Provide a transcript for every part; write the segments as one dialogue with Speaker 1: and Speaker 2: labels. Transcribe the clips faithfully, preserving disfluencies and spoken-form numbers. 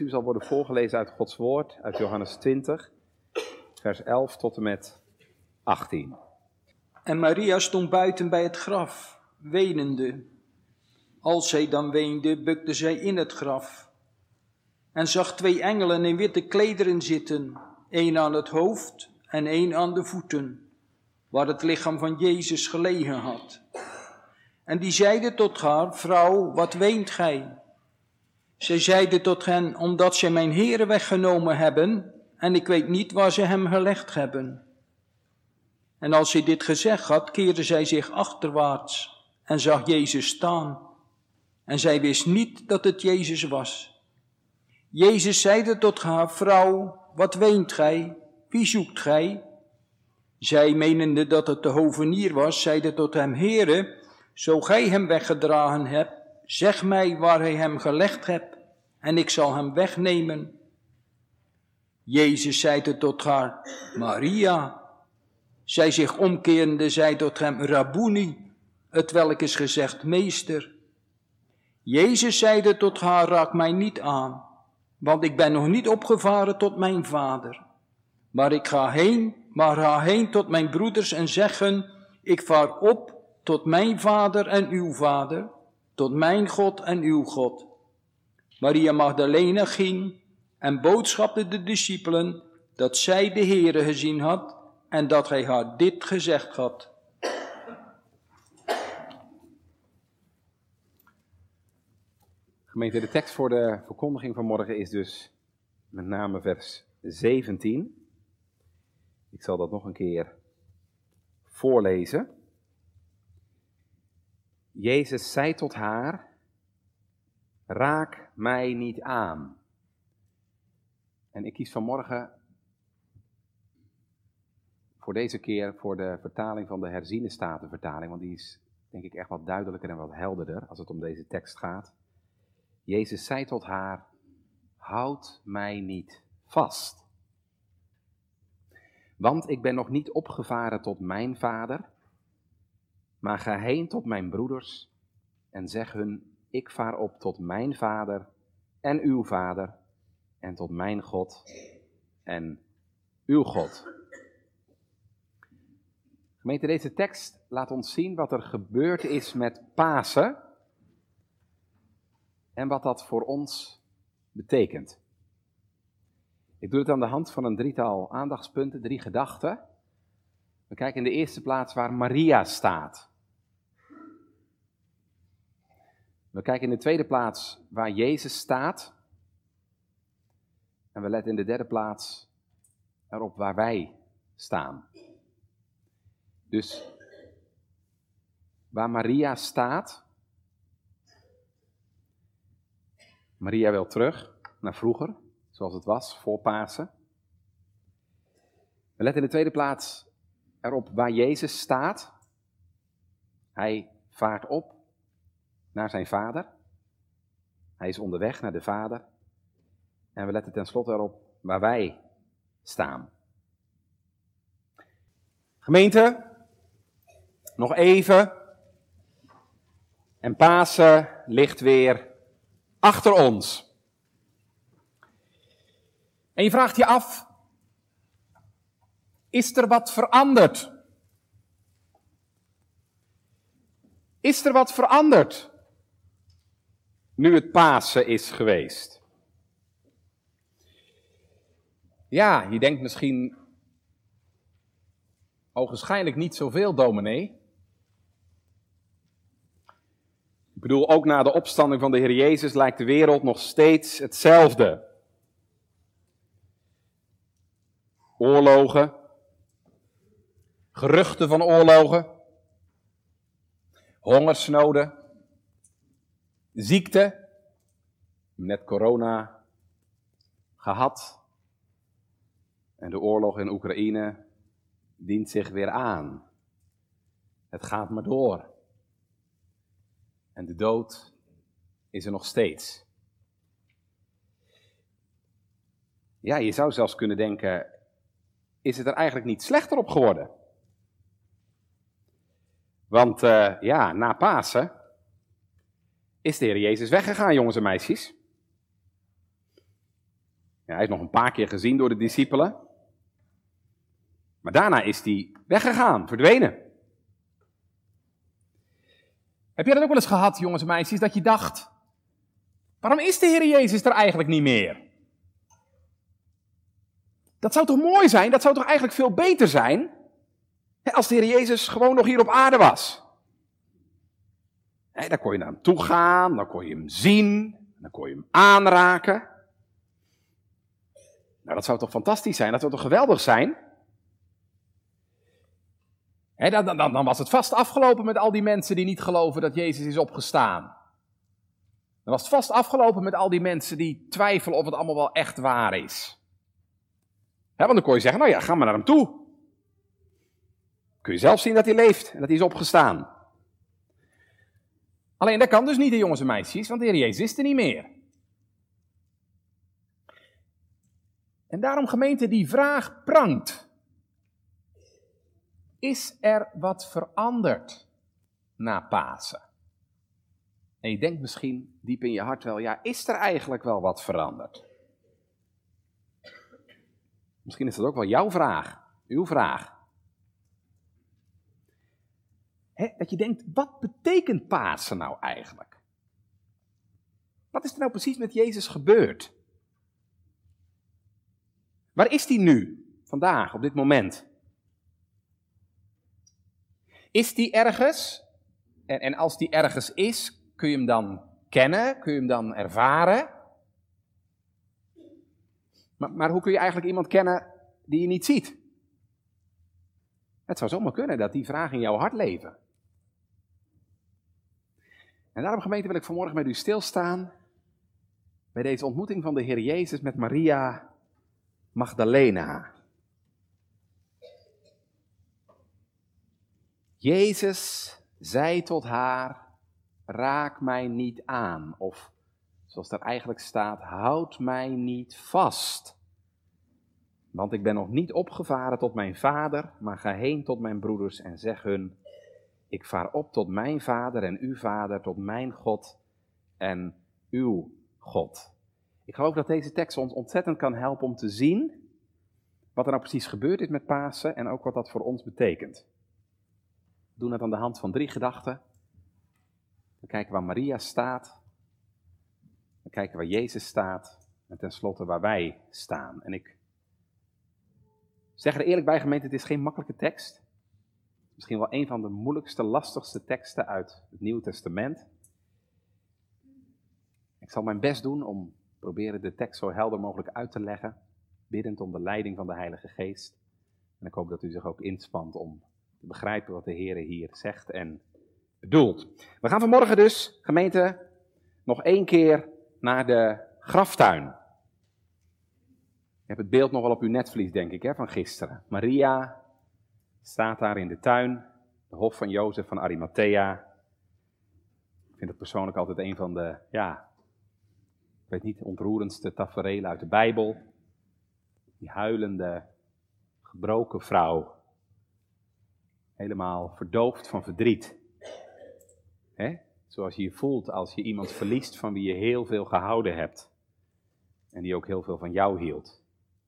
Speaker 1: U zal worden voorgelezen uit Gods woord, uit Johannes twintig, vers elf tot en met achttien.
Speaker 2: En Maria stond buiten bij het graf, wenende. Als zij dan weende, bukte zij in het graf. En zag twee engelen in witte klederen zitten, één aan het hoofd en één aan de voeten, waar het lichaam van Jezus gelegen had. En die zeiden tot haar: vrouw, wat weent gij? Zij zeiden tot hen: omdat zij mijn Heere weggenomen hebben, en ik weet niet waar ze hem gelegd hebben. En als zij dit gezegd had, keerde zij zich achterwaarts en zag Jezus staan. En zij wist niet dat het Jezus was. Jezus zeide tot haar: vrouw, wat weent gij? Wie zoekt gij? Zij, menende dat het de hovenier was, zeide tot hem: Heere, zo gij hem weggedragen hebt, zeg mij waar hij hem gelegd hebt, en ik zal hem wegnemen. Jezus zeide tot haar: Maria. Zij zich omkeerende zei tot hem: Rabboni, het welk is gezegd meester. Jezus zeide tot haar: raak mij niet aan, want ik ben nog niet opgevaren tot mijn vader. Maar ik ga heen, maar ga heen tot mijn broeders en zeggen: ik vaar op tot mijn vader en uw vader, tot mijn God en uw God. Maria Magdalena ging en boodschapte de discipelen dat zij de Heere gezien had en dat hij haar dit gezegd had.
Speaker 1: Gemeente, de tekst voor de verkondiging van morgen is dus met name vers zeventien. Ik zal dat nog een keer voorlezen. Jezus zei tot haar: raak mij niet aan. En ik kies vanmorgen voor deze keer voor de vertaling van de herziene statenvertaling, want die is denk ik echt wat duidelijker en wat helderder als het om deze tekst gaat. Jezus zei tot haar: houd mij niet vast. Want ik ben nog niet opgevaren tot mijn vader, maar ga heen tot mijn broeders en zeg hun: ik vaar op tot mijn vader en uw vader en tot mijn God en uw God. Gemeente, deze tekst laat ons zien wat er gebeurd is met Pasen en wat dat voor ons betekent. Ik doe het aan de hand van een drietal aandachtspunten, drie gedachten. We kijken in de eerste plaats waar Maria staat. We kijken in de tweede plaats waar Jezus staat. En we letten in de derde plaats erop waar wij staan. Dus waar Maria staat. Maria wil terug naar vroeger, zoals het was voor Pasen. We letten in de tweede plaats erop waar Jezus staat. Hij vaart op naar zijn vader. Hij is onderweg naar de vader. En we letten tenslotte erop waar wij staan. Gemeente, nog even. En Pasen ligt weer achter ons. En je vraagt je af, is er wat veranderd? Is er wat veranderd nu het Pasen is geweest? Ja, je denkt misschien, ogenschijnlijk niet zoveel, dominee. Ik bedoel, ook na de opstanding van de Heer Jezus lijkt de wereld nog steeds hetzelfde. Oorlogen, geruchten van oorlogen, hongersnoden, ziekte, net corona gehad. En de oorlog in Oekraïne dient zich weer aan. Het gaat maar door. En de dood is er nog steeds. Ja, je zou zelfs kunnen denken, is het er eigenlijk niet slechter op geworden? Want uh, ja, na Pasen is de Heer Jezus weggegaan, jongens en meisjes. Ja, hij is nog een paar keer gezien door de discipelen. Maar daarna is hij weggegaan, verdwenen.
Speaker 3: Heb jij dat ook wel eens gehad, jongens en meisjes, dat je dacht, waarom is de Heer Jezus er eigenlijk niet meer? Dat zou toch mooi zijn? Dat zou toch eigenlijk veel beter zijn? Hè, als de Heer Jezus gewoon nog hier op aarde was. Hè, dan kon je naar hem toe gaan, dan kon je hem zien, dan kon je hem aanraken. Nou, dat zou toch fantastisch zijn? Dat zou toch geweldig zijn? Hè, dan, dan, dan was het vast afgelopen met al die mensen die niet geloven dat Jezus is opgestaan. Dan was het vast afgelopen met al die mensen die twijfelen of het allemaal wel echt waar is. Hè, want dan kon je zeggen, nou ja, ga maar naar hem toe. Kun je zelf zien dat hij leeft en dat hij is opgestaan. Alleen dat kan dus niet, hè, jongens en meisjes, want de Heer Jezus is er niet meer. En daarom, gemeente, die vraag prangt. Is er wat veranderd na Pasen? En je denkt misschien diep in je hart wel, ja, is er eigenlijk wel wat veranderd? Misschien is dat ook wel jouw vraag, uw vraag. He, dat je denkt, wat betekent Pasen nou eigenlijk? Wat is er nou precies met Jezus gebeurd? Waar is hij nu, vandaag, op dit moment? Is die ergens? En, en als die ergens is, kun je hem dan kennen? Kun je hem dan ervaren? Maar, maar hoe kun je eigenlijk iemand kennen die je niet ziet? Het zou zomaar kunnen dat die vragen in jouw hart leven. En daarom, gemeente, wil ik vanmorgen met u stilstaan bij deze ontmoeting van de Heer Jezus met Maria Magdalena. Jezus zei tot haar, raak mij niet aan. Of, zoals daar eigenlijk staat, houd mij niet vast. Want ik ben nog niet opgevaren tot mijn vader, maar ga heen tot mijn broeders en zeg hun, ik vaar op tot mijn vader en uw vader, tot mijn God en uw God. Ik geloof dat deze tekst ons ontzettend kan helpen om te zien wat er nou precies gebeurd is met Pasen en ook wat dat voor ons betekent. We doen het aan de hand van drie gedachten. We kijken waar Maria staat. We kijken waar Jezus staat. En tenslotte waar wij staan. En ik zeg er eerlijk bij, gemeente, het is geen makkelijke tekst. Misschien wel een van de moeilijkste, lastigste teksten uit het Nieuwe Testament. Ik zal mijn best doen om proberen de tekst zo helder mogelijk uit te leggen. Biddend om de leiding van de Heilige Geest. En ik hoop dat u zich ook inspant om te begrijpen wat de Heer hier zegt en bedoelt. We gaan vanmorgen dus, gemeente, nog één keer naar de graftuin. Je hebt het beeld nog wel op uw netvlies, denk ik, hè, van gisteren. Maria staat daar in de tuin, de hof van Jozef van Arimathea. Ik vind het persoonlijk altijd een van de, ja, ik weet niet, ontroerendste taferelen uit de Bijbel. Die huilende, gebroken vrouw. Helemaal verdoofd van verdriet. Hè? Zoals je je voelt als je iemand verliest van wie je heel veel gehouden hebt. En die ook heel veel van jou hield.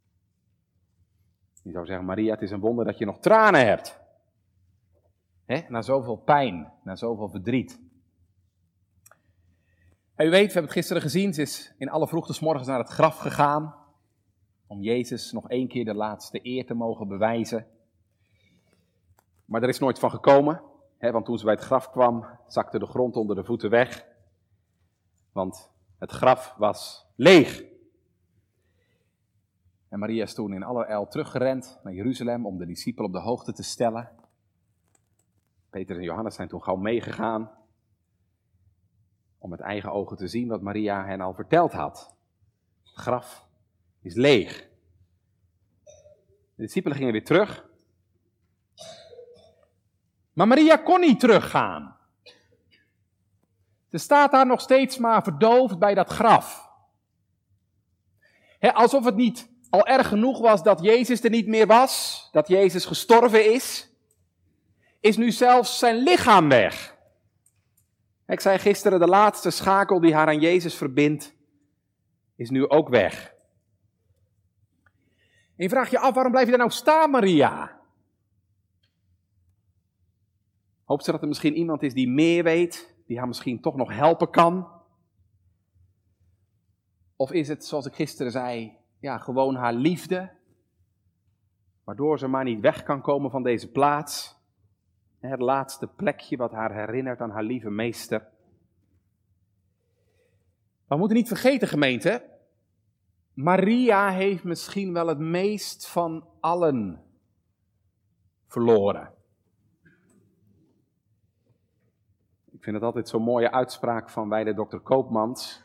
Speaker 3: Je zou zeggen, Maria, het is een wonder dat je nog tranen hebt. Hè? Na zoveel pijn, na zoveel verdriet. En u weet, we hebben het gisteren gezien, ze is in alle vroegte 's morgens naar het graf gegaan. Om Jezus nog één keer de laatste eer te mogen bewijzen. Maar er is nooit van gekomen, hè, want toen ze bij het graf kwam, zakte de grond onder de voeten weg. Want het graf was leeg. En Maria is toen in allerijl teruggerend naar Jeruzalem om de discipelen op de hoogte te stellen. Peter en Johannes zijn toen gauw meegegaan om met eigen ogen te zien wat Maria hen al verteld had. Het graf is leeg. De discipelen gingen weer terug. Maar Maria kon niet teruggaan. Ze staat daar nog steeds maar verdoofd bij dat graf. He, alsof het niet al erg genoeg was dat Jezus er niet meer was, dat Jezus gestorven is, is nu zelfs zijn lichaam weg. Ik zei gisteren, de laatste schakel die haar aan Jezus verbindt, is nu ook weg. En je vraagt je af, waarom blijf je daar nou staan, Maria? Hoopt ze dat er misschien iemand is die meer weet, die haar misschien toch nog helpen kan? Of is het, zoals ik gisteren zei, ja, gewoon haar liefde, waardoor ze maar niet weg kan komen van deze plaats? Het laatste plekje wat haar herinnert aan haar lieve meester. Maar we moeten niet vergeten, gemeente, Maria heeft misschien wel het meest van allen verloren. Ik vind het altijd zo'n mooie uitspraak van wijle dokter Koopmans.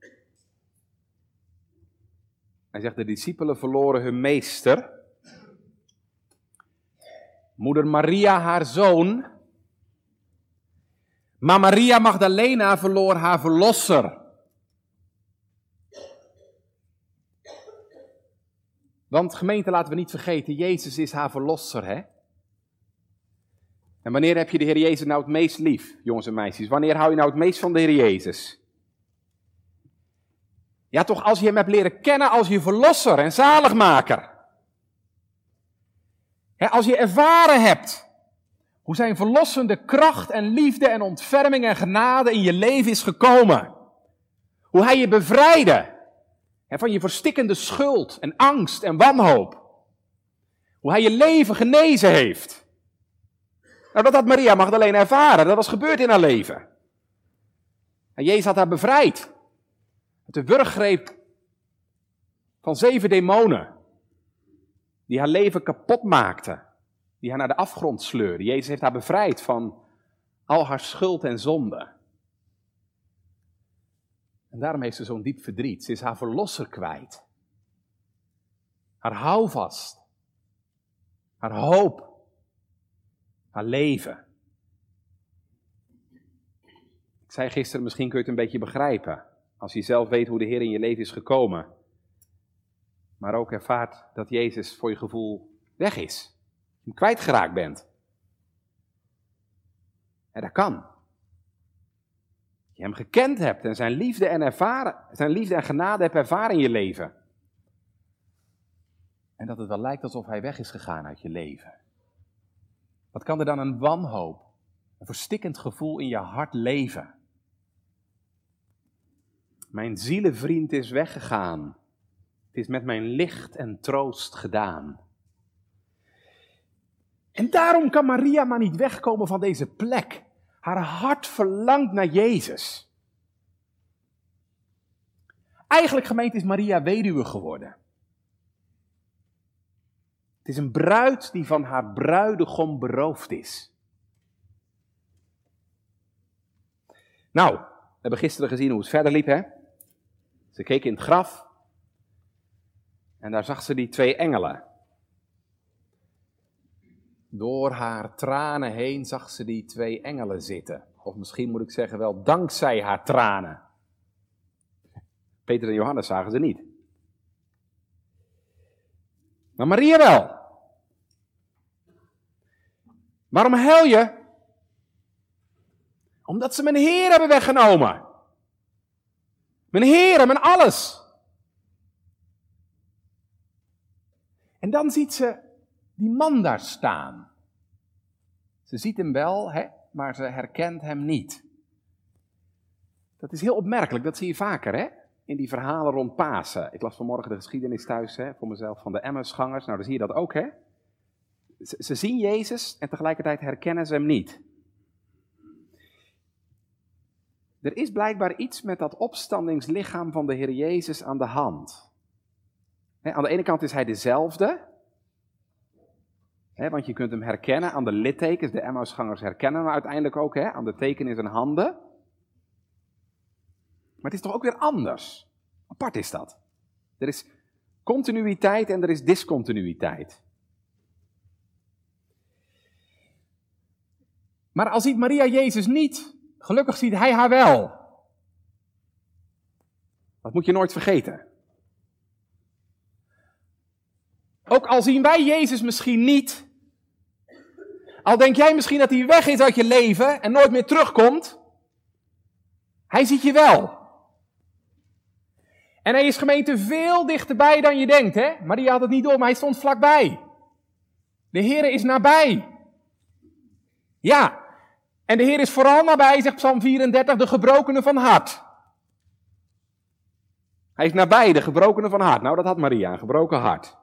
Speaker 3: Hij zegt, de discipelen verloren hun meester. Moeder Maria haar zoon. Maar Maria Magdalena verloor haar verlosser. Want gemeente, laten we niet vergeten, Jezus is haar verlosser, hè? En wanneer heb je de Heer Jezus nou het meest lief, jongens en meisjes? Wanneer hou je nou het meest van de Heer Jezus? Ja, toch als je hem hebt leren kennen als je verlosser en zaligmaker. He, als je ervaren hebt hoe zijn verlossende kracht en liefde en ontferming en genade in je leven is gekomen. Hoe hij je bevrijdde he, van je verstikkende schuld en angst en wanhoop. Hoe hij je leven genezen heeft. Nou, dat had Maria Magdalena ervaren. Dat was gebeurd in haar leven. En Jezus had haar bevrijd. Uit de wurggreep van zeven demonen. Die haar leven kapot maakten. Die haar naar de afgrond sleurden. Jezus heeft haar bevrijd van al haar schuld en zonde. En daarom heeft ze zo'n diep verdriet. Ze is haar verlosser kwijt. Haar houvast. Haar hoop. Haar leven. Ik zei gisteren, misschien kun je het een beetje begrijpen. Als je zelf weet hoe de Heer in je leven is gekomen. Maar ook ervaart dat Jezus voor je gevoel weg is. Je hem kwijtgeraakt bent. En dat kan. Je hem gekend hebt en zijn liefde en, ervaren, zijn liefde en genade hebt ervaren in je leven. En dat het wel lijkt alsof hij weg is gegaan uit je leven. Wat kan er dan een wanhoop, een verstikkend gevoel in je hart leven? Mijn zielevriend is weggegaan. Het is met mijn licht en troost gedaan. En daarom kan Maria maar niet wegkomen van deze plek. Haar hart verlangt naar Jezus. Eigenlijk, gemeente, is Maria weduwe geworden. Het is een bruid die van haar bruidegom beroofd is. Nou, we hebben gisteren gezien hoe het verder liep, hè? Ze keek in het graf. En daar zag ze die twee engelen. Door haar tranen heen zag ze die twee engelen zitten. Of misschien moet ik zeggen wel dankzij haar tranen. Peter en Johannes zagen ze niet. Maar Maria wel. Waarom huil je? Omdat ze mijn Heer hebben weggenomen. Mijn Heer, mijn alles. En dan ziet ze die man daar staan. Ze ziet hem wel, hè, maar ze herkent hem niet. Dat is heel opmerkelijk, dat zie je vaker, hè? In die verhalen rond Pasen. Ik las vanmorgen de geschiedenis thuis, hè, voor mezelf, van de Emmausgangers. Nou, dan zie je dat ook, hè? Ze, ze zien Jezus en tegelijkertijd herkennen ze hem niet. Er is blijkbaar iets met dat opstandingslichaam van de Heer Jezus aan de hand. He, aan de ene kant is hij dezelfde, he, want je kunt hem herkennen aan de littekens. De Emmausgangers herkennen hem uiteindelijk ook, he, aan de teken in zijn handen. Maar het is toch ook weer anders. Apart is dat. Er is continuïteit en er is discontinuïteit. Maar al ziet Maria Jezus niet, gelukkig ziet hij haar wel. Dat moet je nooit vergeten. Ook al zien wij Jezus misschien niet, al denk jij misschien dat hij weg is uit je leven en nooit meer terugkomt, hij ziet je wel. En hij is gemeente veel dichterbij dan je denkt, hè? Maria had het niet door, maar hij stond vlakbij. De Heer is nabij. Ja, en de Heer is vooral nabij, zegt Psalm vierendertig, de gebrokenen van hart. Hij is nabij, de gebrokenen van hart. Nou, dat had Maria, een gebroken hart.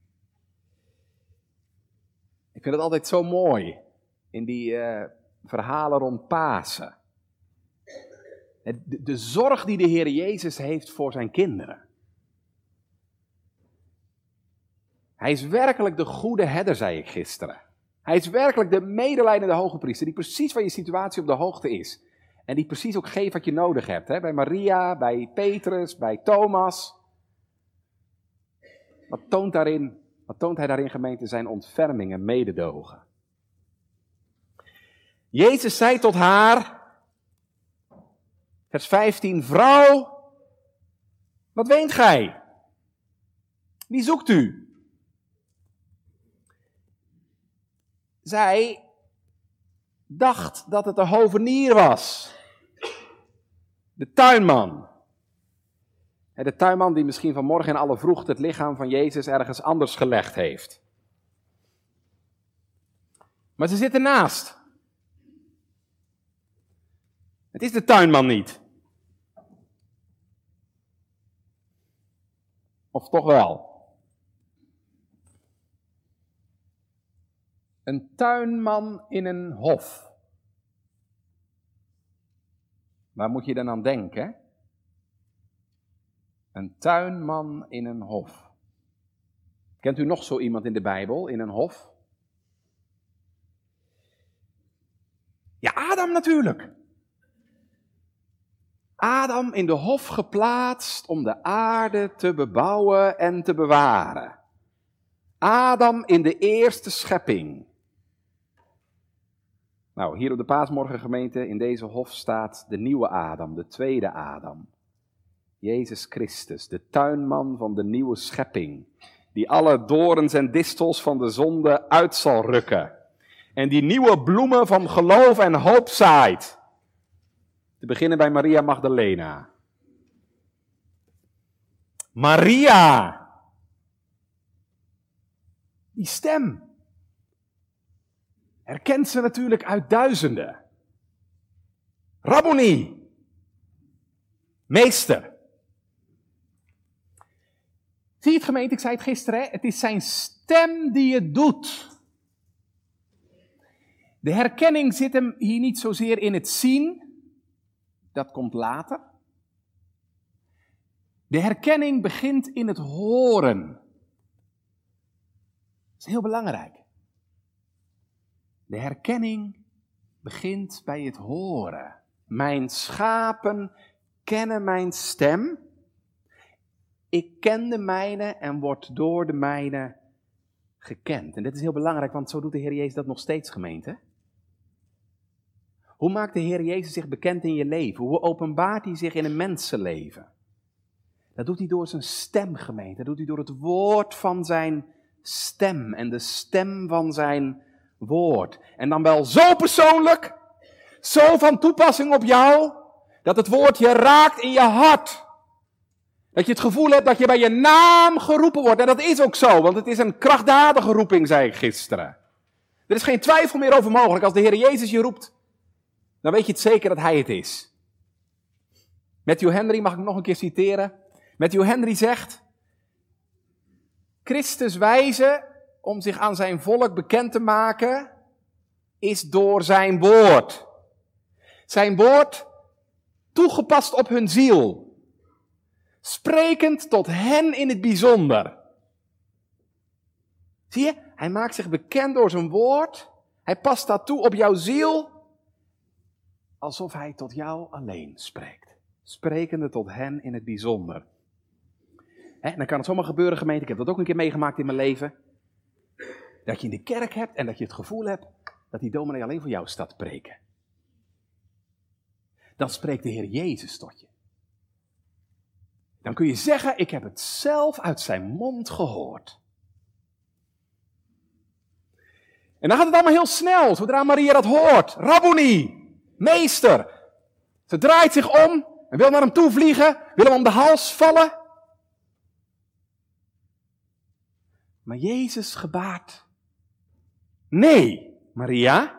Speaker 3: Ik vind het altijd zo mooi in die uh, verhalen rond Pasen. De, de zorg die de Heer Jezus heeft voor zijn kinderen. Hij is werkelijk de goede herder, zei ik gisteren. Hij is werkelijk de medelijdende hoge priester, die precies van je situatie op de hoogte is. En die precies ook geeft wat je nodig hebt. Hè? Bij Maria, bij Petrus, bij Thomas. Wat toont, daarin, wat toont hij daarin, gemeente? Zijn ontferming en mededogen. Jezus zei tot haar, vers vijftien, vrouw, wat weent gij? Wie zoekt u? Zij dacht dat het de hovenier was. De tuinman. De tuinman die misschien vanmorgen in alle vroegte het lichaam van Jezus ergens anders gelegd heeft. Maar ze zit ernaast. Het is de tuinman niet. Of toch wel? Een tuinman in een hof. Waar moet je dan aan denken? Een tuinman in een hof. Kent u nog zo iemand in de Bijbel, in een hof? Ja, Adam natuurlijk. Adam in de hof geplaatst om de aarde te bebouwen en te bewaren. Adam in de eerste schepping. Nou, hier op de Paasmorgengemeente in deze hof staat de nieuwe Adam, de tweede Adam. Jezus Christus, de tuinman van de nieuwe schepping. Die alle dorens en distels van de zonde uit zal rukken. En die nieuwe bloemen van geloof en hoop zaait. Te beginnen bij Maria Magdalena. Maria! Die stem. Herkent ze natuurlijk uit duizenden. Rabboni. Meester. Zie je het, gemeente? Ik zei het gisteren, hè? Het is zijn stem die het doet. De herkenning zit hem hier niet zozeer in het zien. Dat komt later. De herkenning begint in het horen. Dat is heel belangrijk. De herkenning begint bij het horen. Mijn schapen kennen mijn stem. Ik ken de mijne en word door de mijne gekend. En dit is heel belangrijk, want zo doet de Heer Jezus dat nog steeds, gemeente. Hoe maakt de Heer Jezus zich bekend in je leven? Hoe openbaart hij zich in een mensenleven? Dat doet hij door zijn stem, gemeente. Dat doet hij door het woord van zijn stem en de stem van zijn woord. En dan wel zo persoonlijk, zo van toepassing op jou, dat het woord je raakt in je hart. Dat je het gevoel hebt dat je bij je naam geroepen wordt. En dat is ook zo, want het is een krachtdadige roeping, zei ik gisteren. Er is geen twijfel meer over mogelijk. Als de Heer Jezus je roept, dan weet je het zeker dat Hij het is. Matthew Henry mag ik nog een keer citeren. Matthew Henry zegt: Christus wijze om zich aan zijn volk bekend te maken, is door zijn woord. Zijn woord toegepast op hun ziel. Sprekend tot hen in het bijzonder. Zie je, hij maakt zich bekend door zijn woord. Hij past dat toe op jouw ziel. Alsof hij tot jou alleen spreekt. Sprekende tot hen in het bijzonder. He, dan kan het zomaar gebeuren, gemeente. Ik heb dat ook een keer meegemaakt in mijn leven. Dat je in de kerk hebt en dat je het gevoel hebt dat die dominee alleen voor jou staat te preken. Dan spreekt de Heer Jezus tot je. Dan kun je zeggen, ik heb het zelf uit zijn mond gehoord. En dan gaat het allemaal heel snel, zodra Maria dat hoort. Rabboni, meester. Ze draait zich om en wil naar hem toe vliegen, wil hem om de hals vallen. Maar Jezus gebaart: nee, Maria.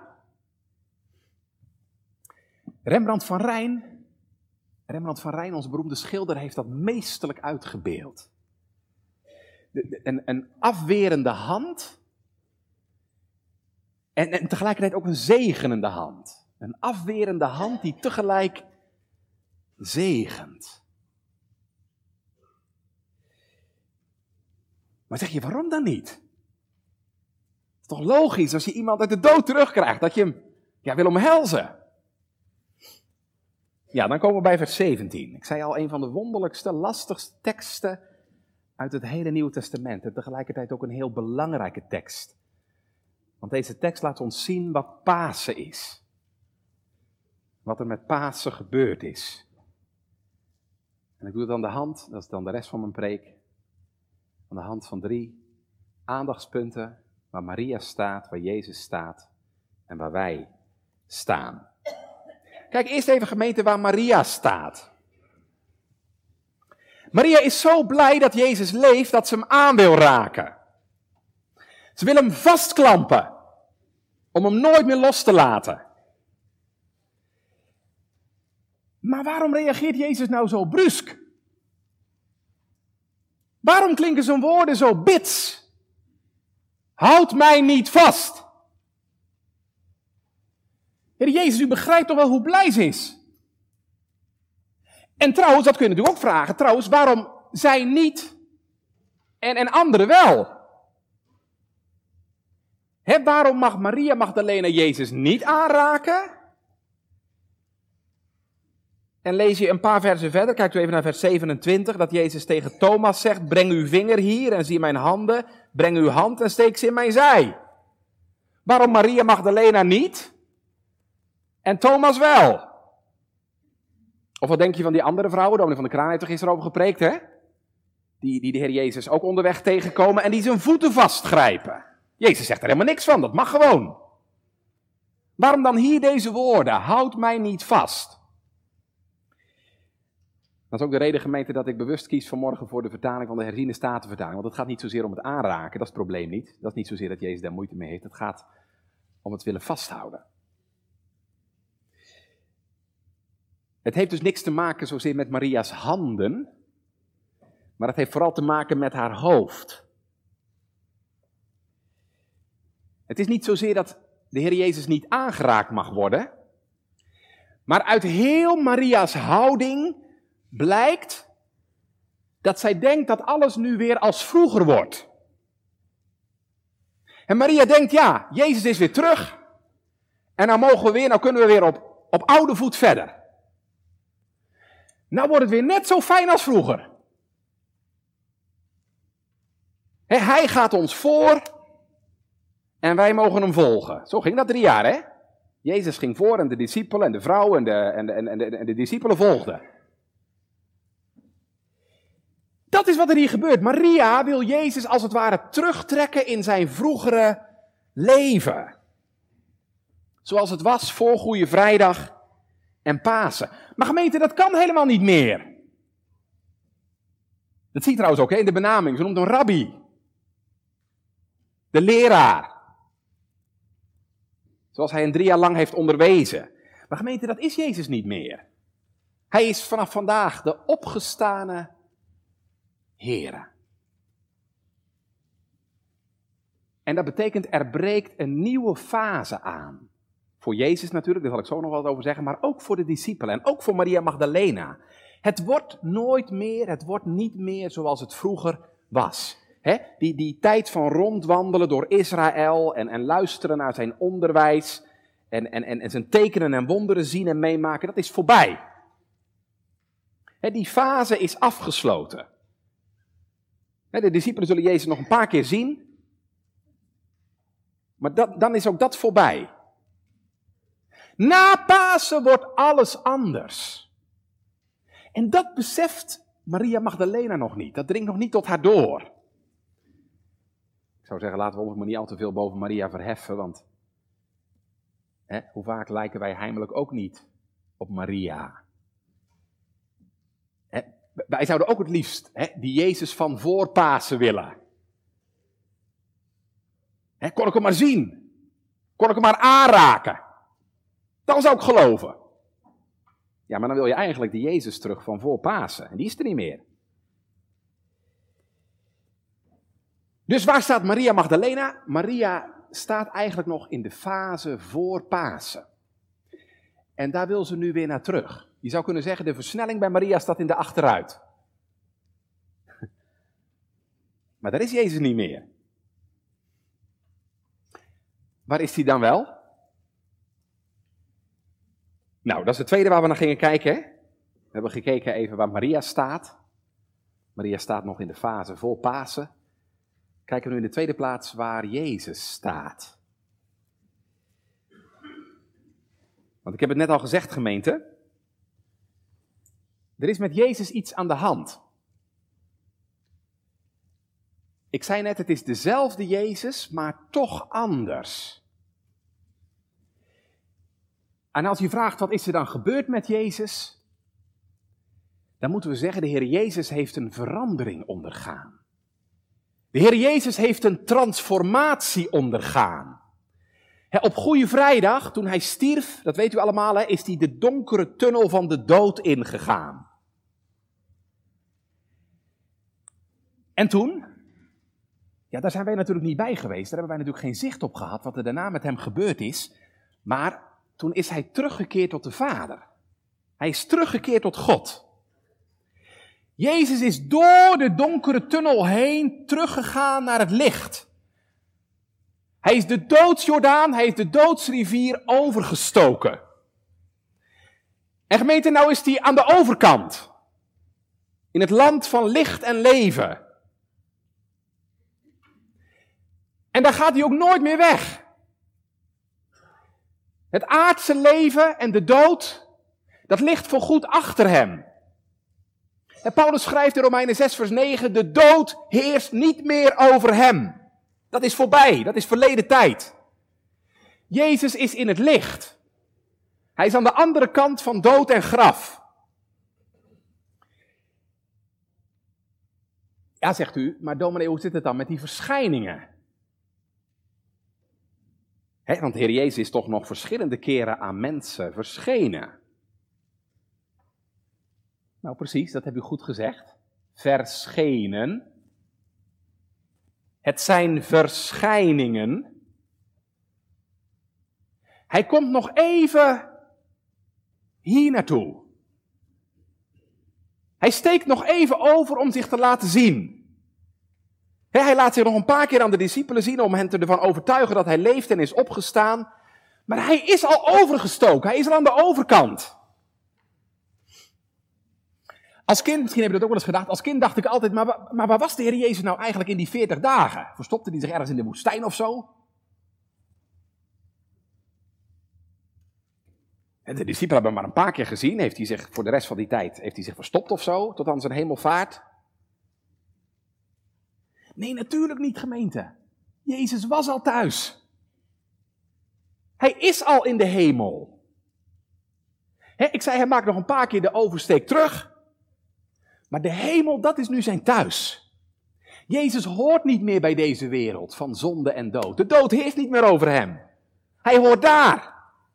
Speaker 3: Rembrandt van Rijn, Rembrandt van Rijn, onze beroemde schilder, heeft dat meesterlijk uitgebeeld. De, de, een, een afwerende hand en, en tegelijkertijd ook een zegenende hand. Een afwerende hand die tegelijk zegent. Maar zeg je, waarom dan niet? Het is toch logisch als je iemand uit de dood terugkrijgt, dat je hem ja, wil omhelzen. Ja, dan komen we bij vers zeventien. Ik zei al, een van de wonderlijkste, lastigste teksten uit het hele Nieuwe Testament. En tegelijkertijd ook een heel belangrijke tekst. Want deze tekst laat ons zien wat Pasen is. Wat er met Pasen gebeurd is. En ik doe het aan de hand, dat is dan de rest van mijn preek. Aan de hand van drie aandachtspunten waar Maria staat, waar Jezus staat en waar wij staan. Kijk, eerst even gemeente waar Maria staat. Maria is zo blij dat Jezus leeft dat ze hem aan wil raken. Ze wil hem vastklampen, om hem nooit meer los te laten. Maar waarom reageert Jezus nou zo brusk? Waarom klinken zijn woorden zo bits? Houd mij niet vast. Heer Jezus, u begrijpt toch wel hoe blij ze is? En trouwens, dat kun je natuurlijk ook vragen, trouwens, waarom zij niet en, en anderen wel? He, waarom mag Maria Magdalena Jezus niet aanraken? En lees je een paar versen verder, kijk even naar vers zevenentwintig, dat Jezus tegen Thomas zegt: breng uw vinger hier en zie mijn handen, breng uw hand en steek ze in mijn zij. Waarom Maria Magdalena niet en Thomas wel? Of wat denk je van die andere vrouwen? Dominee van der Kraan heeft er gisteren over gepreekt, hè? Die, die de Heer Jezus ook onderweg tegenkomen en die zijn voeten vastgrijpen. Jezus zegt er helemaal niks van, dat mag gewoon. Waarom dan hier deze woorden? Houd mij niet vast. Dat is ook de reden, gemeente, dat ik bewust kies vanmorgen voor de vertaling van de herziene statenvertaling. Want het gaat niet zozeer om het aanraken, dat is het probleem niet. Dat is niet zozeer dat Jezus daar moeite mee heeft. Het gaat om het willen vasthouden. Het heeft dus niks te maken zozeer met Maria's handen, maar het heeft vooral te maken met haar hoofd. Het is niet zozeer dat de Heer Jezus niet aangeraakt mag worden, maar uit heel Maria's houding blijkt dat zij denkt dat alles nu weer als vroeger wordt. En Maria denkt, ja, Jezus is weer terug en nou mogen we weer, nou kunnen we weer op, op oude voet verder. Nou wordt het weer net zo fijn als vroeger. He, hij gaat ons voor en wij mogen hem volgen. Zo ging dat drie jaar, hè? Jezus ging voor en de discipelen en de vrouwen en de, en de, en de, en de discipelen volgden. Dat is wat er hier gebeurt. Maria wil Jezus als het ware terugtrekken in zijn vroegere leven. Zoals het was voor Goeie Vrijdag en Pasen. Maar gemeente, dat kan helemaal niet meer. Dat zie je trouwens ook hè, in de benaming. Ze noemt hem rabbi. De leraar. Zoals hij een drie jaar lang heeft onderwezen. Maar gemeente, dat is Jezus niet meer. Hij is vanaf vandaag de opgestane Heere. En dat betekent, er breekt een nieuwe fase aan. Voor Jezus natuurlijk, daar zal ik zo nog wat over zeggen, maar ook voor de discipelen en ook voor Maria Magdalena. Het wordt nooit meer, het wordt niet meer zoals het vroeger was. He, die, die tijd van rondwandelen door Israël en, en luisteren naar zijn onderwijs en, en, en, en zijn tekenen en wonderen zien en meemaken, dat is voorbij. He, die fase is afgesloten. He, de discipelen zullen Jezus nog een paar keer zien, maar dat, dan is ook dat voorbij. Na Pasen wordt alles anders. En dat beseft Maria Magdalena nog niet. Dat dringt nog niet tot haar door. Ik zou zeggen, laten we ons maar niet al te veel boven Maria verheffen, want hè, hoe vaak lijken wij heimelijk ook niet op Maria. Hè, wij zouden ook het liefst hè, die Jezus van voor Pasen willen. He, kon ik hem maar zien. Kon ik hem maar aanraken. Dan zou ik geloven. Ja, maar dan wil je eigenlijk die Jezus terug van voor Pasen. En die is er niet meer. Dus waar staat Maria Magdalena? Maria staat eigenlijk nog in de fase voor Pasen. En daar wil ze nu weer naar terug. Je zou kunnen zeggen, de versnelling bij Maria staat in de achteruit. Maar daar is Jezus niet meer. Waar is hij dan wel? Nou, dat is het tweede waar we naar gingen kijken. Hè? We hebben gekeken even waar Maria staat. Maria staat nog in de fase voor Pasen. Kijken we nu in de tweede plaats waar Jezus staat. Want ik heb het net al gezegd, gemeente. Er is met Jezus iets aan de hand. Ik zei net, het is dezelfde Jezus, maar toch anders. En als je vraagt, wat is er dan gebeurd met Jezus? Dan moeten we zeggen, de Heer Jezus heeft een verandering ondergaan. De Heer Jezus heeft een transformatie ondergaan. He, op Goede Vrijdag, toen hij stierf, dat weet u allemaal, he, is hij de donkere tunnel van de dood ingegaan. En toen? Ja, daar zijn wij natuurlijk niet bij geweest. Daar hebben wij natuurlijk geen zicht op gehad wat er daarna met hem gebeurd is. Maar toen is hij teruggekeerd tot de Vader. Hij is teruggekeerd tot God. Jezus is door de donkere tunnel heen teruggegaan naar het licht. Hij is de doodsjordaan, hij is de doodsrivier overgestoken. En gemeente, nou is hij aan de overkant. In het land van licht en leven. En daar gaat hij ook nooit meer weg. Het aardse leven en de dood, dat ligt voorgoed achter hem. En Paulus schrijft in Romeinen zes vers negen, de dood heerst niet meer over hem. Dat is voorbij, dat is verleden tijd. Jezus is in het licht. Hij is aan de andere kant van dood en graf. Ja, zegt u, maar dominee, hoe zit het dan met die verschijningen? He, want de Heer Jezus is toch nog verschillende keren aan mensen verschenen. Nou precies, dat heb u goed gezegd. Verschenen. Het zijn verschijningen. Hij komt nog even hier naartoe. Hij steekt nog even over om zich te laten zien. Hij laat zich nog een paar keer aan de discipelen zien om hen te ervan overtuigen dat hij leeft en is opgestaan. Maar hij is al overgestoken, hij is al aan de overkant. Als kind, misschien heb je dat ook wel eens gedacht, als kind dacht ik altijd, maar, maar waar was de Heer Jezus nou eigenlijk in die veertig dagen? Verstopte hij zich ergens in de woestijn of zo? En de discipelen hebben hem maar een paar keer gezien, heeft hij zich voor de rest van die tijd heeft hij zich verstopt of zo, tot aan zijn hemelvaart? Nee, natuurlijk niet, gemeente. Jezus was al thuis. Hij is al in de hemel. He, ik zei, hij maakt nog een paar keer de oversteek terug. Maar de hemel, dat is nu zijn thuis. Jezus hoort niet meer bij deze wereld van zonde en dood. De dood heerst niet meer over hem. Hij hoort daar.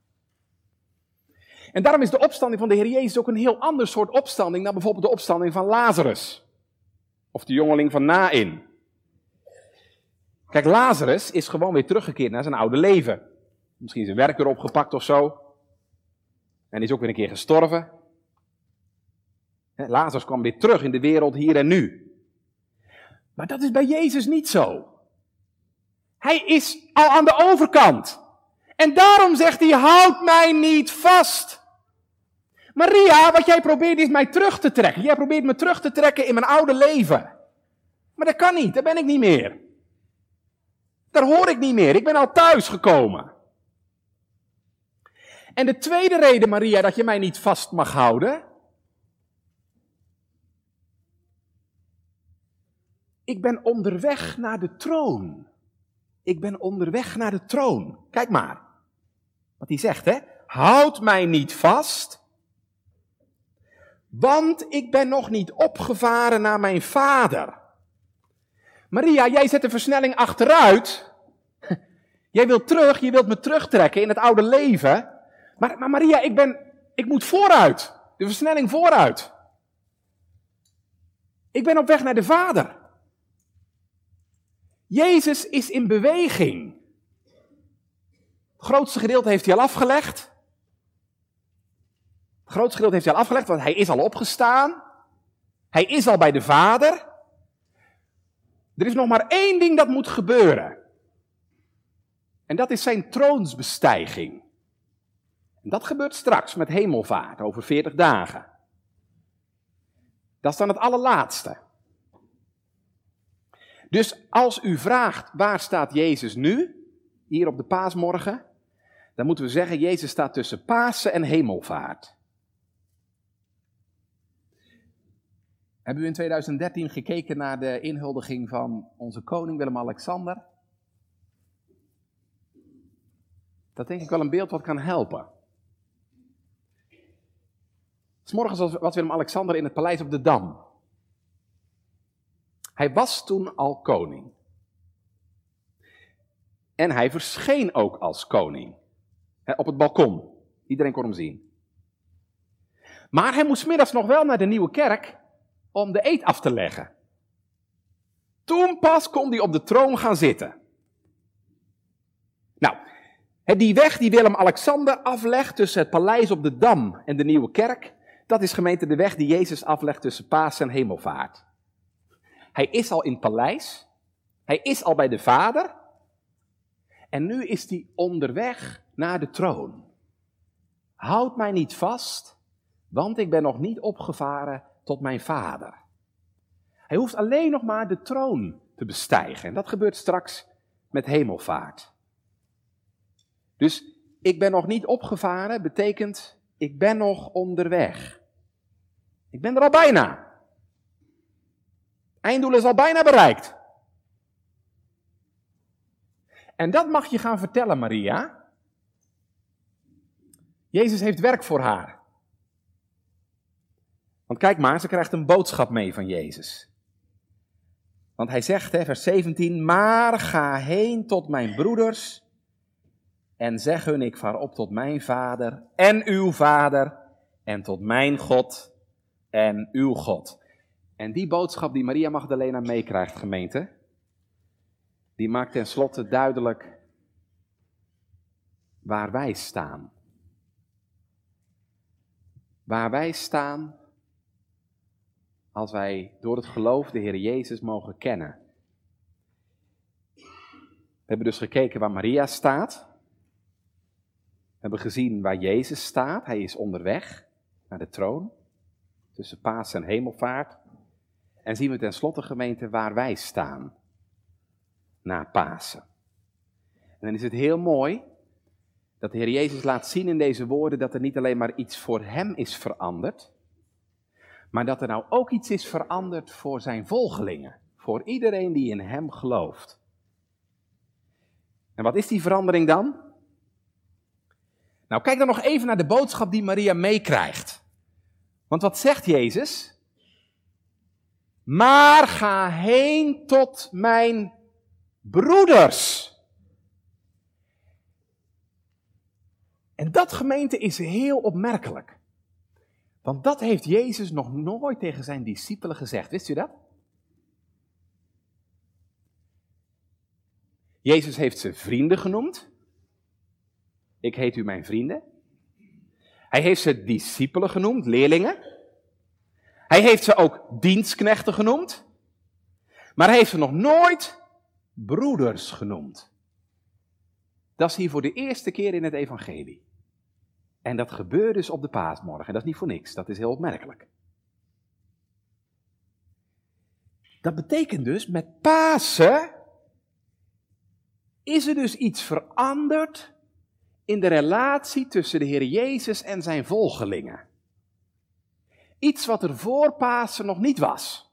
Speaker 3: En daarom is de opstanding van de Heer Jezus ook een heel ander soort opstanding dan bijvoorbeeld de opstanding van Lazarus. Of de jongeling van Naïn. Kijk, Lazarus is gewoon weer teruggekeerd naar zijn oude leven. Misschien zijn werk weer opgepakt of zo. En is ook weer een keer gestorven. Lazarus kwam weer terug in de wereld hier en nu. Maar dat is bij Jezus niet zo. Hij is al aan de overkant. En daarom zegt hij, houd mij niet vast. Maria, wat jij probeert is mij terug te trekken. Jij probeert me terug te trekken in mijn oude leven. Maar dat kan niet, daar ben ik niet meer. Daar hoor ik niet meer, ik ben al thuis gekomen. En de tweede reden, Maria, dat je mij niet vast mag houden. Ik ben onderweg naar de troon. Ik ben onderweg naar de troon. Kijk maar. Wat hij zegt, hè. Houd mij niet vast. Want ik ben nog niet opgevaren naar mijn vader. Maria, jij zet de versnelling achteruit. Jij wilt terug, je wilt me terugtrekken in het oude leven. Maar, maar Maria, ik ben, ik moet vooruit. De versnelling vooruit. Ik ben op weg naar de Vader. Jezus is in beweging. Het grootste gedeelte heeft hij al afgelegd. Het grootste gedeelte heeft hij al afgelegd, want hij is al opgestaan. Hij is al bij de Vader. Er is nog maar één ding dat moet gebeuren. En dat is zijn troonsbestijging. En dat gebeurt straks met hemelvaart, over veertig dagen. Dat is dan het allerlaatste. Dus als u vraagt, waar staat Jezus nu? Hier op de paasmorgen. Dan moeten we zeggen, Jezus staat tussen Pasen en hemelvaart. Hebben u in tweeduizend dertien gekeken naar de inhuldiging van onze koning Willem-Alexander? Dat denk ik wel een beeld wat kan helpen. 'S Morgens was Willem-Alexander in het paleis op de Dam. Hij was toen al koning. En hij verscheen ook als koning. He, op het balkon. Iedereen kon hem zien. Maar hij moest 's middags nog wel naar de Nieuwe Kerk om de eed af te leggen. Toen pas kon hij op de troon gaan zitten. Nou, die weg die Willem-Alexander aflegt tussen het paleis op de Dam en de Nieuwe Kerk, dat is gemeente de weg die Jezus aflegt tussen Pasen en hemelvaart. Hij is al in het paleis, hij is al bij de Vader en nu is hij onderweg naar de troon. Houd mij niet vast, want ik ben nog niet opgevaren tot mijn Vader. Hij hoeft alleen nog maar de troon te bestijgen en dat gebeurt straks met hemelvaart. Dus ik ben nog niet opgevaren betekent ik ben nog onderweg. Ik ben er al bijna. Einddoel is al bijna bereikt. En dat mag je gaan vertellen, Maria. Jezus heeft werk voor haar. Want kijk maar, ze krijgt een boodschap mee van Jezus. Want hij zegt, hè, vers zeventien, maar ga heen tot mijn broeders en zeg hun, ik vaar op tot mijn Vader en uw Vader en tot mijn God en uw God. En die boodschap die Maria Magdalena meekrijgt, gemeente, die maakt tenslotte duidelijk waar wij staan. Waar wij staan als wij door het geloof de Heer Jezus mogen kennen. We hebben dus gekeken waar Maria staat. We hebben gezien waar Jezus staat. Hij is onderweg naar de troon, tussen Pasen en hemelvaart. En zien we tenslotte, gemeente, waar wij staan na Pasen. En dan is het heel mooi dat de Heer Jezus laat zien in deze woorden dat er niet alleen maar iets voor hem is veranderd, maar dat er nou ook iets is veranderd voor zijn volgelingen, voor iedereen die in hem gelooft. En wat is die verandering dan? Nou, kijk dan nog even naar de boodschap die Maria meekrijgt. Want wat zegt Jezus? Maar ga heen tot mijn broeders. En dat, gemeente, is heel opmerkelijk. Want dat heeft Jezus nog nooit tegen zijn discipelen gezegd. Wist u dat? Jezus heeft ze vrienden genoemd. Ik heet u mijn vrienden. Hij heeft ze discipelen genoemd, leerlingen. Hij heeft ze ook dienstknechten genoemd. Maar hij heeft ze nog nooit broeders genoemd. Dat is hier voor de eerste keer in het evangelie. En dat gebeurt dus op de paasmorgen. En dat is niet voor niks, dat is heel opmerkelijk. Dat betekent dus, met Pasen is er dus iets veranderd in de relatie tussen de Heer Jezus en zijn volgelingen. Iets wat er voor Pasen nog niet was.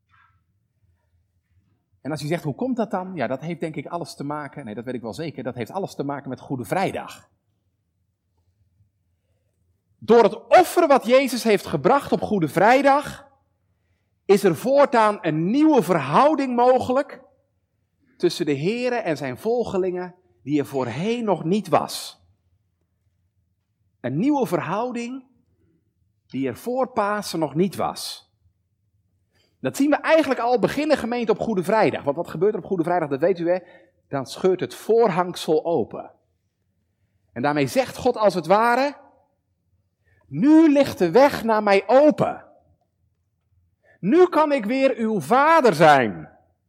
Speaker 3: En als je zegt, hoe komt dat dan? Ja, dat heeft denk ik alles te maken, nee, dat weet ik wel zeker, dat heeft alles te maken met Goede Vrijdag. Door het offer wat Jezus heeft gebracht op Goede Vrijdag, is er voortaan een nieuwe verhouding mogelijk tussen de Heere en zijn volgelingen die er voorheen nog niet was. Een nieuwe verhouding die er voor Pasen nog niet was. Dat zien we eigenlijk al beginnen, gemeente, op Goede Vrijdag. Want wat gebeurt er op Goede Vrijdag, dat weet u hè. Dan scheurt het voorhangsel open. En daarmee zegt God als het ware, nu ligt de weg naar mij open. Nu kan ik weer uw vader zijn.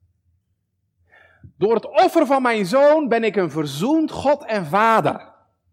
Speaker 3: Door het offer van mijn zoon ben ik een verzoend God en vader.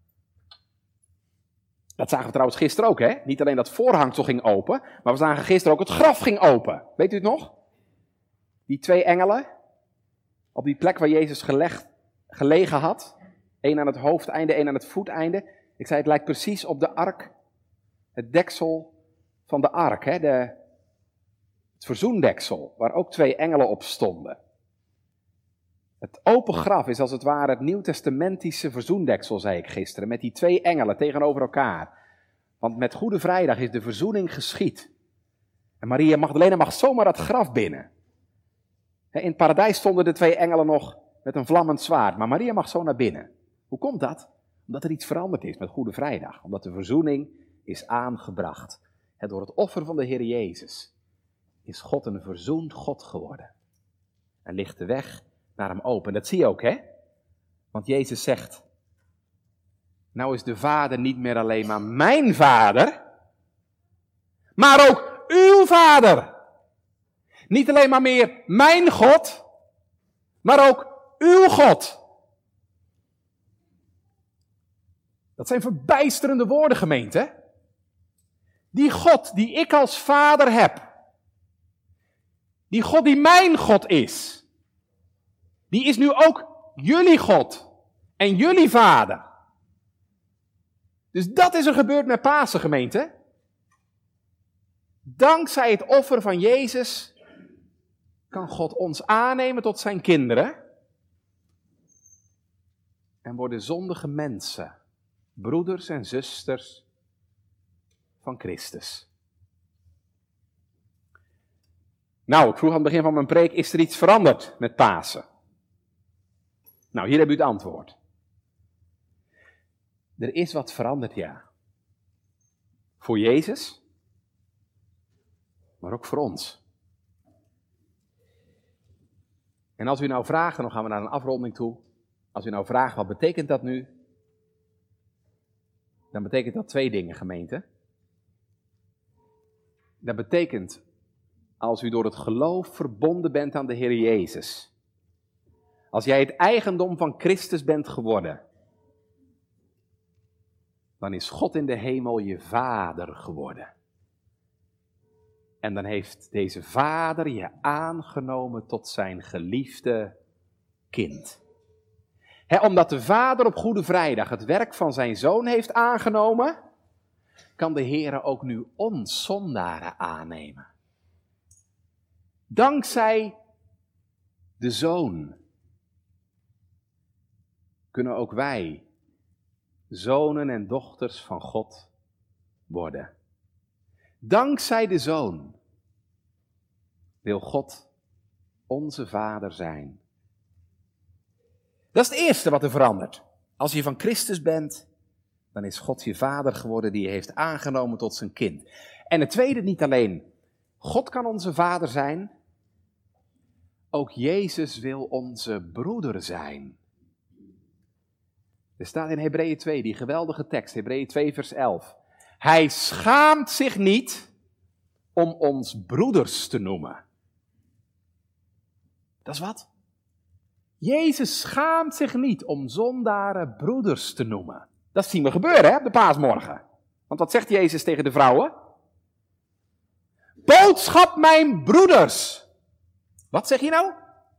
Speaker 3: Dat zagen we trouwens gisteren ook, hè? Niet alleen dat voorhangsel ging open, maar we zagen gisteren ook het graf ging open. Weet u het nog? Die twee engelen, op die plek waar Jezus gelegd, gelegen had. Eén aan het hoofdeinde, één aan het voeteinde. Ik zei, het lijkt precies op de ark, het deksel van de ark, hè? De, het verzoendeksel, waar ook twee engelen op stonden. Het open graf is als het ware het nieuwtestamentische verzoendeksel, zei ik gisteren, met die twee engelen tegenover elkaar. Want met Goede Vrijdag is de verzoening geschied. En Maria Magdalena mag zomaar dat graf binnen. In het paradijs stonden de twee engelen nog met een vlammend zwaard, maar Maria mag zo naar binnen. Hoe komt dat? Omdat er iets veranderd is met Goede Vrijdag. Omdat de verzoening is aangebracht. En door het offer van de Heer Jezus is God een verzoend God geworden. En ligt de weg naar hem open. Dat zie je ook, hè? Want Jezus zegt, nou is de Vader niet meer alleen maar mijn Vader, maar ook uw Vader. Niet alleen maar meer mijn God, maar ook uw God. Dat zijn verbijsterende woorden, gemeente. Die God die ik als Vader heb, die God die mijn God is, die is nu ook jullie God en jullie Vader. Dus dat is er gebeurd met Pasen, gemeente. Dankzij het offer van Jezus kan God ons aannemen tot zijn kinderen. En worden zondige mensen, broeders en zusters van Christus. Nou, ik vroeg aan het begin van mijn preek, is er iets veranderd met Pasen? Nou, hier heb u het antwoord. Er is wat veranderd, ja. Voor Jezus, maar ook voor ons. En als u nou vraagt, en dan gaan we naar een afronding toe. Als u nou vraagt, wat betekent dat nu? Dan betekent dat twee dingen, gemeente. Dat betekent, als u door het geloof verbonden bent aan de Heer Jezus. Als jij het eigendom van Christus bent geworden, dan is God in de hemel je vader geworden. En dan heeft deze vader je aangenomen tot zijn geliefde kind. He, omdat de vader op Goede Vrijdag het werk van zijn zoon heeft aangenomen, kan de Heere ook nu ons zondaren aannemen. Dankzij de zoon kunnen ook wij zonen en dochters van God worden. Dankzij de Zoon wil God onze Vader zijn. Dat is het eerste wat er verandert. Als je van Christus bent, dan is God je Vader geworden die je heeft aangenomen tot zijn kind. En het tweede, niet alleen God kan onze Vader zijn, ook Jezus wil onze broeder zijn. Er staat in Hebreeën twee, die geweldige tekst, Hebreeën twee vers elf. Hij schaamt zich niet om ons broeders te noemen. Dat is wat? Jezus schaamt zich niet om zondaren broeders te noemen. Dat zien we gebeuren, hè, op de paasmorgen. Want wat zegt Jezus tegen de vrouwen? Boodschap mijn broeders. Wat zeg je nou?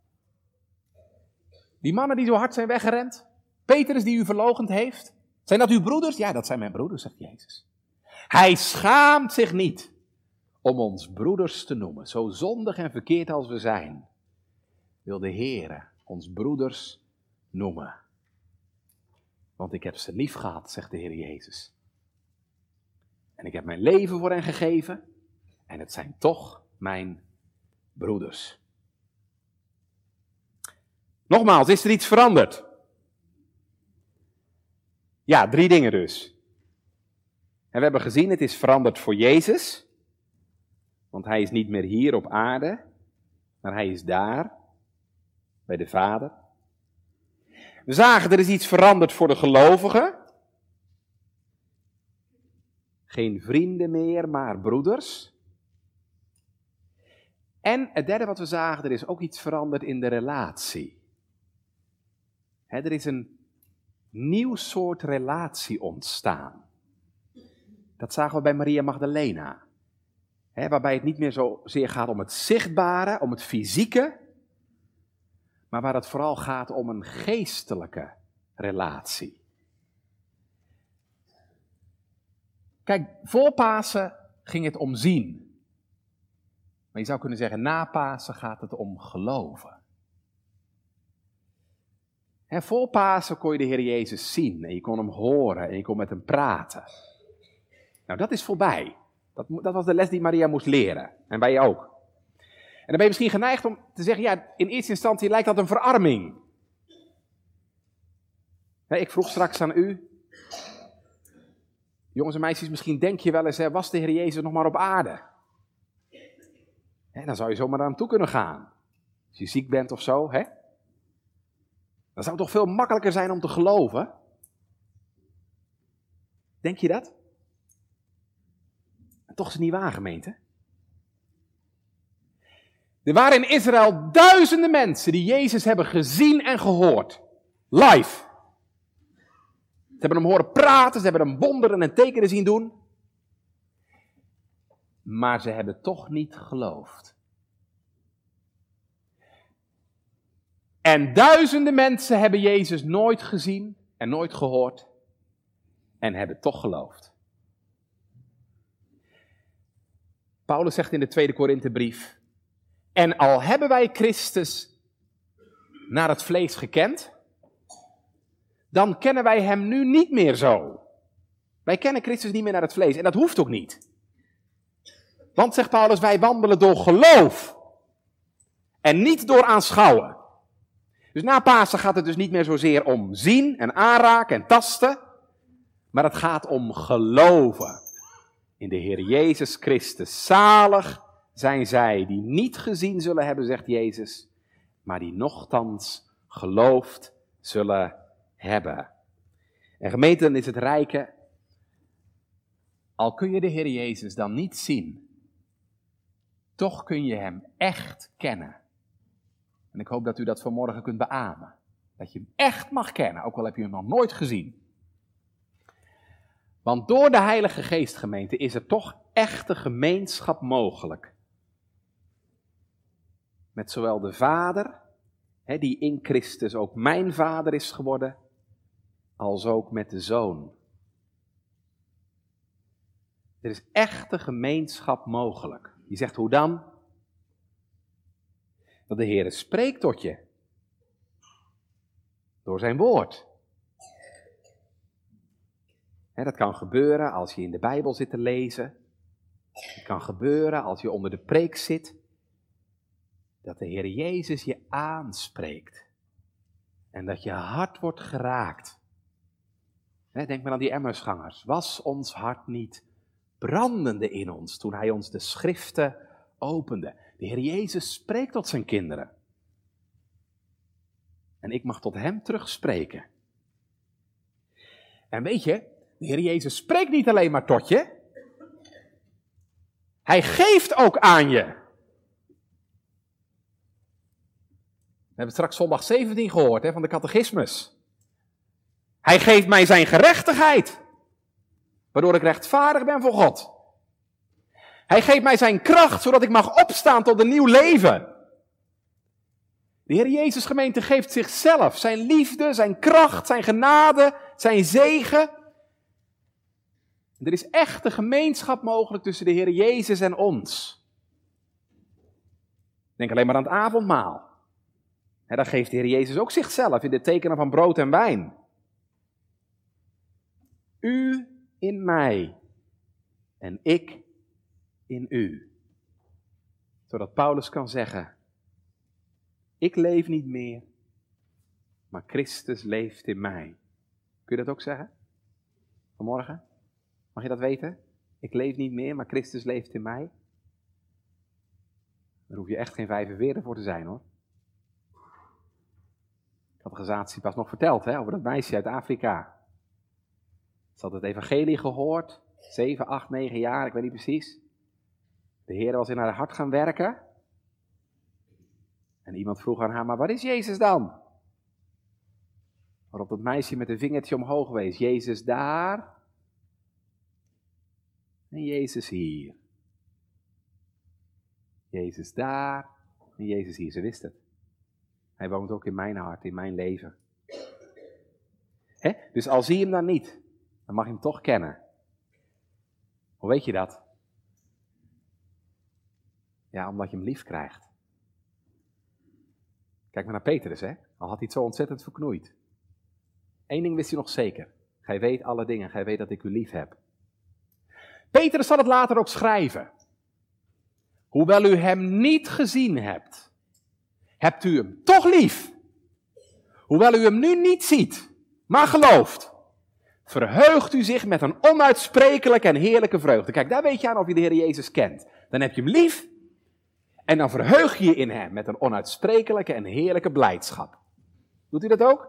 Speaker 3: Die mannen die zo hard zijn weggerend. Petrus die u verloochend heeft. Zijn dat uw broeders? Ja, dat zijn mijn broeders, zegt Jezus. Hij schaamt zich niet om ons broeders te noemen. Zo zondig en verkeerd als we zijn, wil de Heere ons broeders noemen. Want ik heb ze lief gehad, zegt de Heer Jezus. En ik heb mijn leven voor hen gegeven. En het zijn toch mijn broeders. Nogmaals, is er iets veranderd? Ja, drie dingen dus. En we hebben gezien, het is veranderd voor Jezus. Want hij is niet meer hier op aarde, maar hij is daar, bij de Vader. We zagen, er is iets veranderd voor de gelovigen. Geen vrienden meer, maar broeders. En het derde wat we zagen, er is ook iets veranderd in de relatie. He, er is een nieuw soort relatie ontstaan. Dat zagen we bij Maria Magdalena. He, waarbij het niet meer zozeer gaat om het zichtbare, om het fysieke, maar waar het vooral gaat om een geestelijke relatie. Kijk, voor Pasen ging het om zien. Maar je zou kunnen zeggen, na Pasen gaat het om geloven. He, voor Pasen kon je de Heer Jezus zien en je kon hem horen en je kon met hem praten. Nou, dat is voorbij. Dat, dat was de les die Maria moest leren. En wij ook. En dan ben je misschien geneigd om te zeggen, ja, in eerste instantie lijkt dat een verarming. He, ik vroeg straks aan u, jongens en meisjes, misschien denk je wel eens, hè, was de Heer Jezus nog maar op aarde? He, dan zou je zomaar naar hem toe kunnen gaan. Als je ziek bent of zo, hè? Dan zou het toch veel makkelijker zijn om te geloven? Denk je dat? En toch is het niet waar, gemeente. Er waren in Israël duizenden mensen die Jezus hebben gezien en gehoord. Live. Ze hebben hem horen praten, ze hebben hem wonderen en tekenen zien doen. Maar ze hebben toch niet geloofd. En duizenden mensen hebben Jezus nooit gezien en nooit gehoord en hebben toch geloofd. Paulus zegt in de tweede Korinthebrief, en al hebben wij Christus naar het vlees gekend, dan kennen wij hem nu niet meer zo. Wij kennen Christus niet meer naar het vlees en dat hoeft ook niet. Want, zegt Paulus, wij wandelen door geloof en niet door aanschouwen. Dus na Pasen gaat het dus niet meer zozeer om zien en aanraken en tasten, maar het gaat om geloven in de Heer Jezus Christus. Zalig zijn zij die niet gezien zullen hebben, zegt Jezus, maar die nochtans geloofd zullen hebben. En gemeente, dan is het rijke, al kun je de Heer Jezus dan niet zien, toch kun je hem echt kennen. En ik hoop dat u dat vanmorgen kunt beamen. Dat je hem echt mag kennen, ook al heb je hem nog nooit gezien. Want door de Heilige Geest, gemeente, is er toch echte gemeenschap mogelijk. Met zowel de Vader, hè, die in Christus ook mijn Vader is geworden, als ook met de Zoon. Er is echte gemeenschap mogelijk. Je zegt, hoe dan? Dat de Heer spreekt tot je. Door zijn woord. He, dat kan gebeuren als je in de Bijbel zit te lezen. Het kan gebeuren als je onder de preek zit. Dat de Heer Jezus je aanspreekt. En dat je hart wordt geraakt. He, denk maar aan die Emmausgangers. Was ons hart niet brandende in ons toen hij ons de schriften opende? De Heer Jezus spreekt tot zijn kinderen. En ik mag tot hem terugspreken. En weet je, de Heer Jezus spreekt niet alleen maar tot je. Hij geeft ook aan je. We hebben straks zondag zeventien gehoord, hè, van de catechismus. Hij geeft mij zijn gerechtigheid, waardoor ik rechtvaardig ben voor God. Hij geeft mij zijn kracht, zodat ik mag opstaan tot een nieuw leven. De Heer Jezus, gemeente, geeft zichzelf, zijn liefde, zijn kracht, zijn genade, zijn zegen. Er is echte gemeenschap mogelijk tussen de Heer Jezus en ons. Denk alleen maar aan het avondmaal. En daar geeft de Heer Jezus ook zichzelf in de tekenen van brood en wijn. U in mij en ik in u. Zodat Paulus kan zeggen, ik leef niet meer, maar Christus leeft in mij. Kun je dat ook zeggen? Vanmorgen? Mag je dat weten? Ik leef niet meer, maar Christus leeft in mij. Daar hoef je echt geen vijfenveertig voor te zijn, hoor. Ik had de gezatie pas nog verteld, hè, over dat meisje uit Afrika. Ze had het evangelie gehoord, zeven, acht, negen jaar, ik weet niet precies. De Heer was in haar hart gaan werken. En iemand vroeg aan haar, maar waar is Jezus dan? Waarop dat meisje met een vingertje omhoog wees. Jezus daar. En Jezus hier. Jezus daar. En Jezus hier. Ze wist het. Hij woont ook in mijn hart, in mijn leven. Hè? Dus al zie je hem dan niet, dan mag je hem toch kennen. Hoe weet je dat? Ja, omdat je hem lief krijgt. Kijk maar naar Petrus, hè. Al had hij het zo ontzettend verknoeid. Eén ding wist hij nog zeker. Gij weet alle dingen, gij weet dat ik u lief heb. Petrus zal het later ook schrijven. Hoewel u hem niet gezien hebt, hebt u hem toch lief. Hoewel u hem nu niet ziet, maar gelooft, verheugt u zich met een onuitsprekelijke en heerlijke vreugde. Kijk, daar weet je aan of je de Heer Jezus kent. Dan heb je hem lief en dan verheug je je in hem met een onuitsprekelijke en heerlijke blijdschap. Doet u dat ook?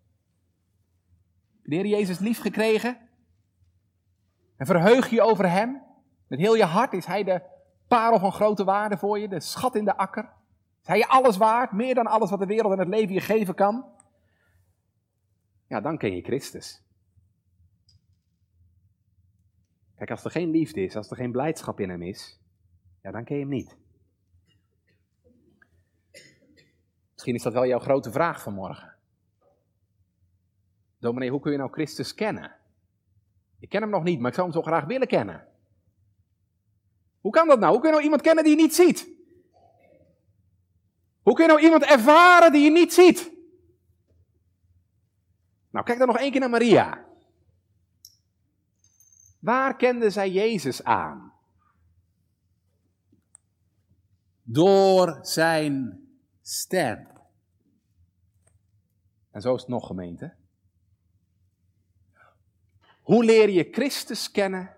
Speaker 3: De Heer Jezus lief gekregen? En verheug je over hem? Met heel je hart is hij de parel van grote waarde voor je, de schat in de akker. Is hij je alles waard, meer dan alles wat de wereld en het leven je geven kan? Ja, dan ken je Christus. Kijk, als er geen liefde is, als er geen blijdschap in hem is, ja, dan ken je hem niet. Misschien is dat wel jouw grote vraag vanmorgen. Dominee, hoe kun je nou Christus kennen? Ik ken hem nog niet, maar ik zou hem zo graag willen kennen. Hoe kan dat nou? Hoe kun je nou iemand kennen die je niet ziet? Hoe kun je nou iemand ervaren die je niet ziet? Nou, kijk dan nog één keer naar Maria. Waar kende zij Jezus aan? Door zijn stem. En zo is het nog, gemeente. Hoe leer je Christus kennen?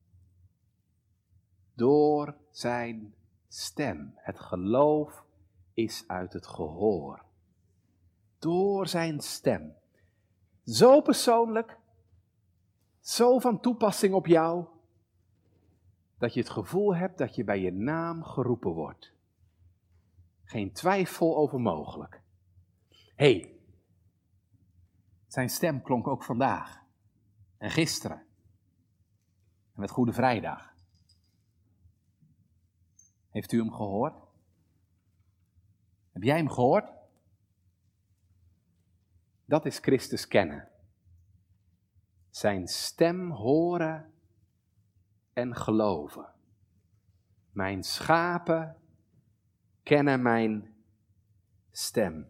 Speaker 3: Door zijn stem. Het geloof is uit het gehoor. Door zijn stem. Zo persoonlijk, zo van toepassing op jou, dat je het gevoel hebt dat je bij je naam geroepen wordt. Geen twijfel over mogelijk. Hé, hey, zijn stem klonk ook vandaag en gisteren en met Goede Vrijdag. Heeft u hem gehoord? Heb jij hem gehoord? Dat is Christus kennen. Zijn stem horen en geloven. Mijn schapen kennen mijn stem.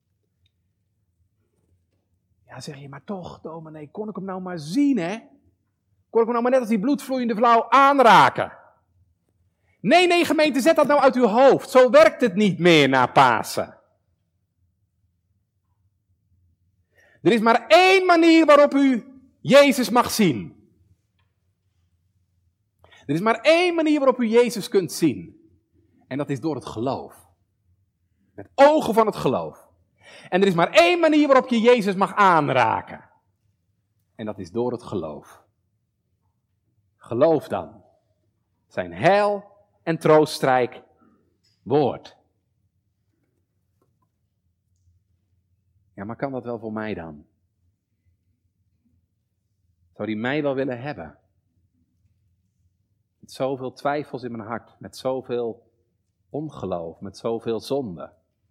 Speaker 3: Ja, zeg je, maar toch, dominee, kon ik hem nou maar zien, hè? Kon ik hem nou maar net als die bloedvloeiende vrouw aanraken? Nee, nee, gemeente, zet dat nou uit uw hoofd. Zo werkt het niet meer na Pasen. Er is maar één manier waarop u Jezus mag zien. Er is maar één manier waarop u Jezus kunt zien. En dat is door het geloof. Met ogen van het geloof. En er is maar één manier waarop je Jezus mag aanraken. En dat is door het geloof. Geloof dan. Zijn heil en troostrijk woord. Ja, maar kan dat wel voor mij dan? Zou die mij wel willen hebben? Met zoveel twijfels in mijn hart, met zoveel ongeloof, met zoveel zonde.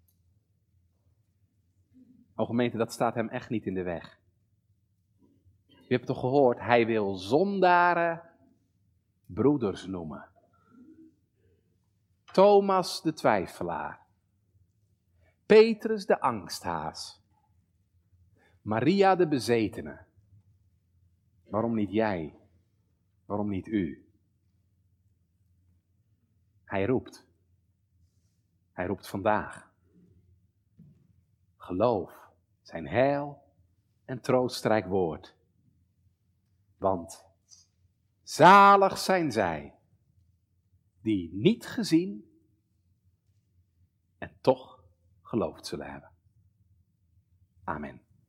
Speaker 3: O gemeente, dat staat hem echt niet in de weg. U hebt het toch gehoord, hij wil zondaren broeders noemen. Thomas de twijfelaar. Petrus de angsthaas. Maria de bezetene. Waarom niet jij? Waarom niet u? Hij roept. Hij roept vandaag. Geloof, zijn heil en troostrijk woord. Want zalig zijn zij die niet gezien en toch geloofd zullen hebben. Amen.